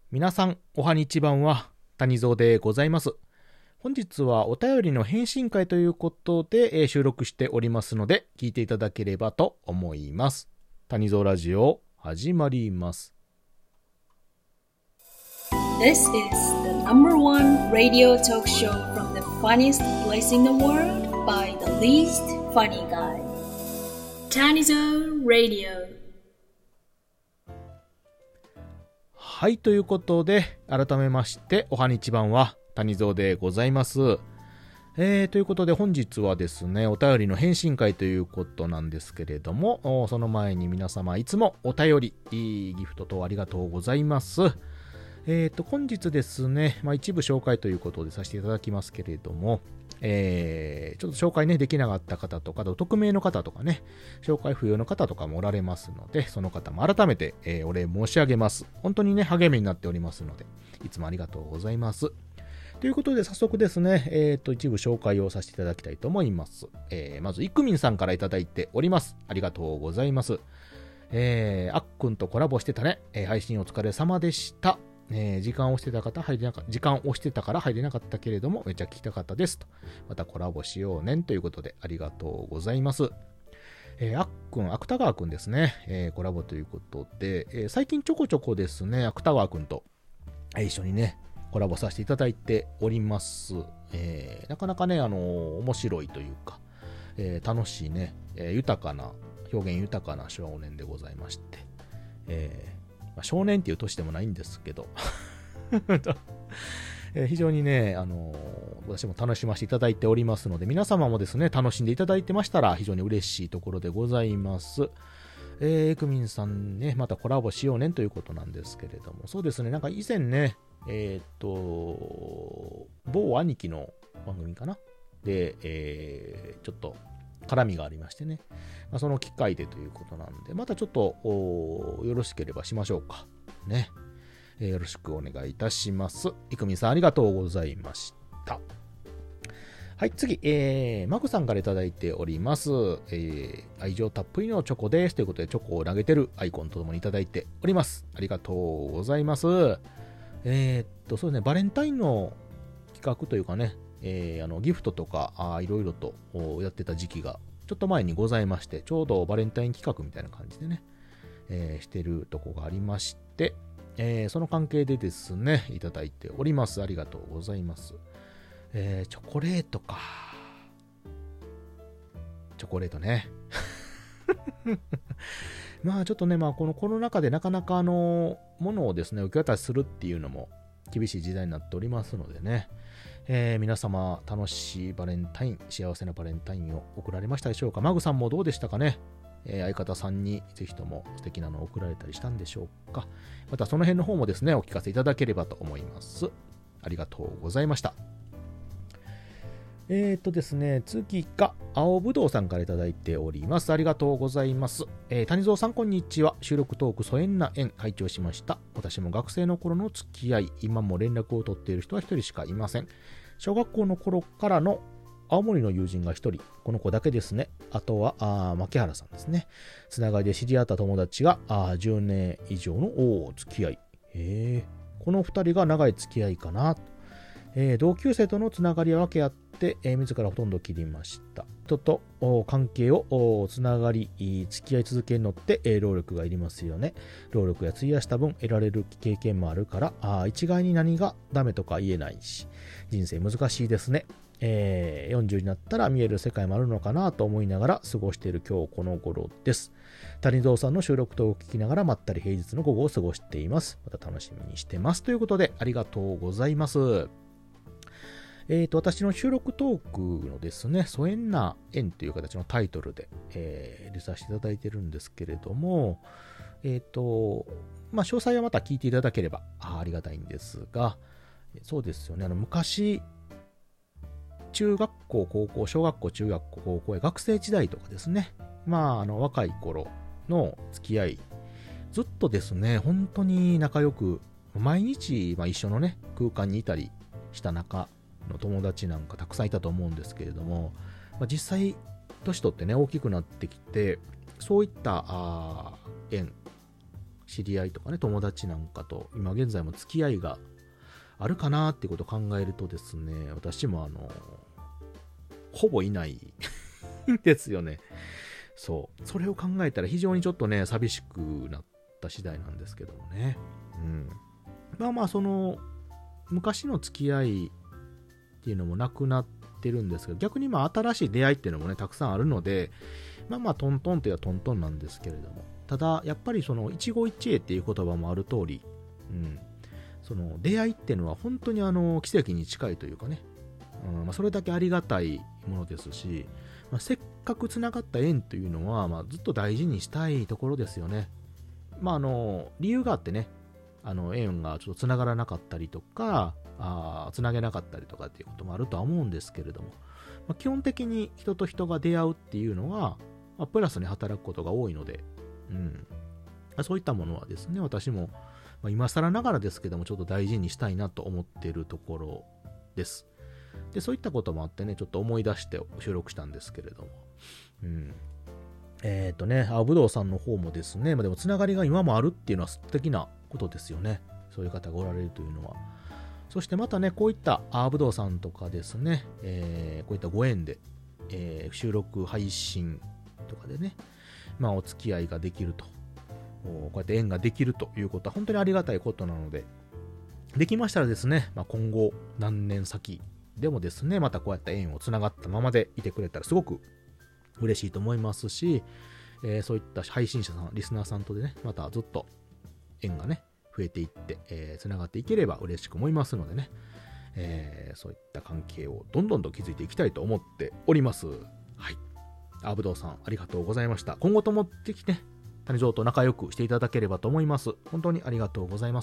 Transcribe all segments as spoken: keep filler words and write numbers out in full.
皆さん、おはにちばんは、谷蔵でございます。本日はお便りの返信会ということで、えー収録しておりますので、聞いていただければと思います。谷蔵ラジオ、始まります。 This is the number one radio talk show from the funniest place in the world by the least funny guy. Tanizo Radio. はい、ということで、改めまして、おはにちばんは、谷蔵でございます。えー、ということで、本日はですね、お便りの返信会ということなんですけれども、その前に皆様、いつもお便り、ギフト等ありがとうございます。えーと、本日ですね、まあ、一部紹介ということでさせていただきますけれども、えー、ちょっと紹介ね、できなかった方とか、匿名の方とかね、紹介不要の方とかもおられますので、その方も改めて、えー、お礼申し上げます。本当にね、励みになっておりますので、いつもありがとうございます。ということで、早速ですね、えーと、一部紹介をさせていただきたいと思います。えー、まず、いくみんさんからいただいております。ありがとうございます。えー、あっくんとコラボしてたね、えー、配信お疲れ様でした。えー、時間を押してた方入れなか時間を押してたから入れなかったけれどもめっちゃ聞きたかったですと。またコラボしようねんということでありがとうございます。えー、あっくん、芥川くんですね、えー、コラボということで、えー、最近ちょこちょこですね、芥川くんと、えー、一緒にねコラボさせていただいております。えー、なかなかね、あのー、面白いというか、えー、楽しいね、えー、豊かな表現豊かな少年でございまして、えーまあ、少年っていう年でもないんですけど、えー、非常にね、あのー、私も楽しませていただいておりますので、皆様もですね、楽しんでいただいてましたら非常に嬉しいところでございます。えー、エクミンさんね、またコラボしようねんということなんですけれども、そうですね、なんか以前ね、えー、っと、某兄貴の番組かなで、えー、ちょっと絡みがありましてね、まあ、その機会でということなんで、またちょっとよろしければしましょうかね、えー、よろしくお願いいたします。いくみさんありがとうございました。はい、次、えー、マグさんからいただいております、えー、愛情たっぷりのチョコですということで、チョコを投げてるアイコンとともにいただいております。ありがとうございます。えー、っとそうですね、バレンタインの企画というかね、えー、あのギフトとかあいろいろとやってた時期がちょっと前にございまして、ちょうどバレンタイン企画みたいな感じでね、えー、してるとこがありまして、えー、その関係でですね、いただいております。ありがとうございます。えー、チョコレートか。チョコレートね。まあちょっとね、まあこのコロナ禍でなかなかあの、ものをですね、受け渡しするっていうのも厳しい時代になっておりますのでね、えー、皆様楽しいバレンタイン、幸せなバレンタインを送られましたでしょうか。マグさんもどうでしたかね。えー、相方さんにぜひとも素敵なのを送られたりしたんでしょうか。またその辺の方もですね、お聞かせいただければと思います。ありがとうございました。えーとですね、次が青ぶどうさんからいただいております。ありがとうございます。えー、谷蔵さんこんにちは。収録トーク疎遠な縁拝聴しました。私も学生の頃の付き合い、今も連絡を取っている人は一人しかいません。小学校の頃からの青森の友人が一人、この子だけですね。あとはあ牧原さんですね。つながりで知り合った友達があじゅうねん以上のお付き合い。へー、この二人が長い付き合いかな。えー、同級生とのつながりは分け合って、えー、自らほとんど切りました。人と関係をつながり付き合い続けるのって、えー、労力がいりますよね。労力や費やした分得られる経験もあるからあ一概に何がダメとか言えないし、人生難しいですね。えー、よんじゅうになったら見える世界もあるのかなと思いながら過ごしている今日この頃です。谷蔵さんの収録とを聞きながらまったり平日の午後を過ごしています。また楽しみにしてますということでありがとうございます。えーと、私の収録トークのですね、疎遠な縁という形のタイトルで、えー、入れさせていただいてるんですけれども、えーと、まあ、詳細はまた聞いていただければ あ, ありがたいんですが、そうですよね、あの昔、中学校、高校、小学校、中学校、高校へ学生時代とかですね、まあ、あの若い頃の付き合い、ずっとですね、本当に仲良く、毎日、まあ、一緒のね、空間にいたりした仲の友達なんかたくさんいたと思うんですけれども、まあ、実際年取ってね大きくなってきてそういったあ縁知り合いとかね、友達なんかと今現在も付き合いがあるかなっていうことを考えるとですね、私もあのほぼいないんですよね。そう。それを考えたら非常にちょっとね、寂しくなった次第なんですけどもね。うん。まあまあ、その、昔の付き合いっていうのもなくなってるんですけど、逆にまあ新しい出会いっていうのもね、たくさんあるので、まあまあトントンといえばトントンなんですけれども、ただ、やっぱりその一期一会っていう言葉もある通り、うん。その出会いっていうのは本当にあの奇跡に近いというかね、うんまあ、それだけありがたいものですし、まあ、せっかくつながった縁というのは、まあ、ずっと大事にしたいところですよね。まああの理由があってね、あの縁がちょっとつながらなかったりとか、あつなげなかったりとかっていうこともあるとは思うんですけれども、まあ、基本的に人と人が出会うっていうのは、まあ、プラスに働くことが多いので、うん、そういったものはですね、私も、まあ、今更ながらですけどもちょっと大事にしたいなと思っているところです。でそういったこともあってね、ちょっと思い出して収録したんですけれども、うん、えっとね、青ぶどうさんの方もですね、まあ、でもつながりが今もあるっていうのは素敵なことですよね。そういう方がおられるというのは。そしてまたね、こういった青ぶどうさんとかですね、えー、こういったご縁で、えー、収録配信とかでね、まあお付き合いができると、こうやって縁ができるということは本当にありがたいことなので、できましたらですね、まあ、今後何年先でもですね、またこうやって縁をつながったままでいてくれたらすごく嬉しいと思いますし、えー、そういった配信者さん、リスナーさんとでね、またずっと縁がね、増えていって、えー、つながっていければ嬉しく思いますのでね、えー、そういった関係をどんどんと築いていきたいと思っております。はい。あぶどうさん、ありがとうございました。今後ともぜひね、谷蔵と仲良くしていただければと思います。本当にありがとうございます。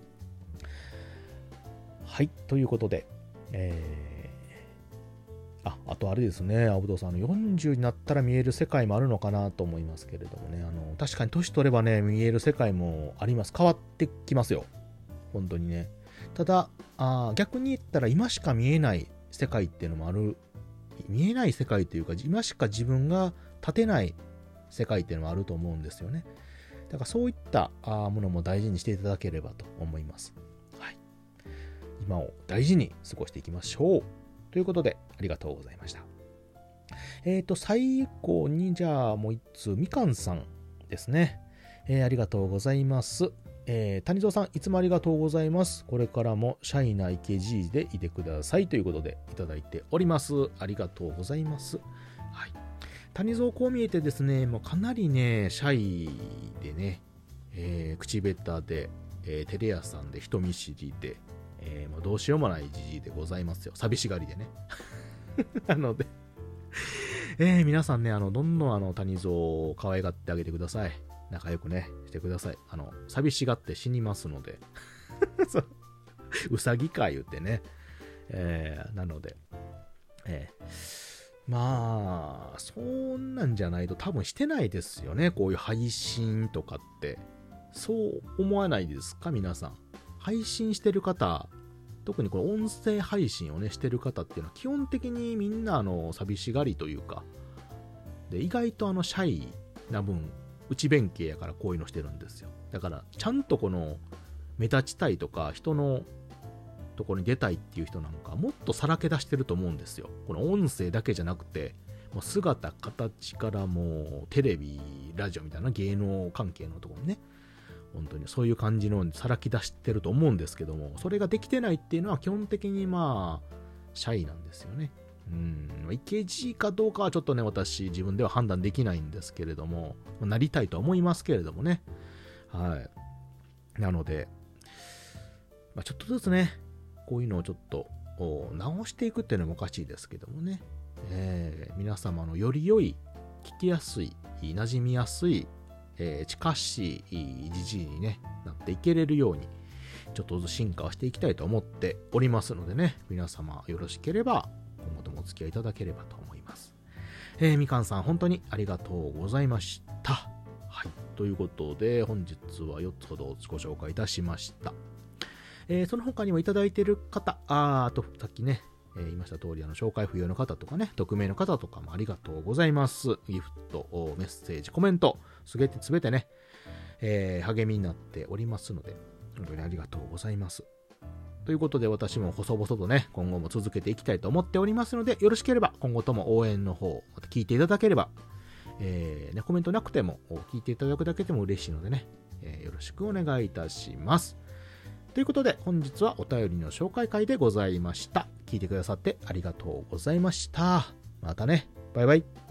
はい、ということで、えー、あ、あとあれですね、あぶどうさん、あのよんじゅうになったら見える世界もあるのかなと思いますけれどもね、あの確かに年取ればね、見える世界もあります。変わってきますよ。本当にね。ただ、あ逆に言ったら今しか見えない世界っていうのもある。見えない世界というか、今しか自分が立てない世界っていうのもあると思うんですよね。だからそういったものも大事にしていただければと思います。はい。今を大事に過ごしていきましょう。ということで、ありがとうございました。えっと、最後に、じゃあもう一通、みかんさんですね。えー、ありがとうございます。えー、谷蔵さん、いつもありがとうございます。これからもシャイな池 G でいてください。ということで、いただいております。ありがとうございます。はい。谷蔵こう見えてですね、もうかなりね、シャイでね、えー、口下手で、えー、テレ屋さんで人見知りで、えー、もうどうしようもないじじいでございますよ。寂しがりでね。なので、えー、皆さんね、あの、どんどんあの、谷蔵を可愛がってあげてください。仲良くね、してください。あの、寂しがって死にますので。うさぎか言ってね。えー、なので、えー、まあ、そんなんじゃないと多分してないですよね。こういう配信とかって。そう思わないですか皆さん。配信してる方、特にこの音声配信をね、してる方っていうのは基本的にみんなあの、寂しがりというか、で、意外とあの、シャイな分、内弁慶やからこういうのしてるんですよ。だから、ちゃんとこの、目立ちたいとか、人のところに出たいっていう人なんか、もっとさらけ出してると思うんですよ。この音声だけじゃなくて、もう姿、形からもう、テレビ、ラジオみたいな芸能関係のところにね、本当にそういう感じのさらき出してると思うんですけども、それができてないっていうのは基本的にまあ、シャイなんですよね。うん、イケジーかどうかはちょっとね、私自分では判断できないんですけれども、なりたいとは思いますけれどもね。はい。なので、まあ、ちょっとずつね、こういうのをちょっと直していくっていうのもおかしいですけどもね。えー、皆様のより良い、聞きやすい、馴染みやすい、えー、近しいじじいに、ね、なっていけれるように、ちょっとずつ進化をしていきたいと思っておりますのでね、皆様よろしければ、今後ともお付き合いいただければと思います。えー、みかんさん、本当にありがとうございました。はい。ということで、本日はよっつほどご紹介いたしました。えー、その他にもいただいている方、あ, あと、さっきね、えー、言いました通り、あの、紹介不要の方とかね、匿名の方とかもありがとうございます。ギフト、メッセージ、コメント、すべてすべてね、 えー、励みになっておりますので、本当にありがとうございます。ということで私も細々とね、今後も続けていきたいと思っておりますので、よろしければ今後とも応援の方、また聞いていただければ、えーね、コメントなくても聞いていただくだけでも嬉しいのでね、えー、よろしくお願いいたします。ということで本日はお便りの紹介会でございました。聞いてくださってありがとうございました。またね、バイバイ。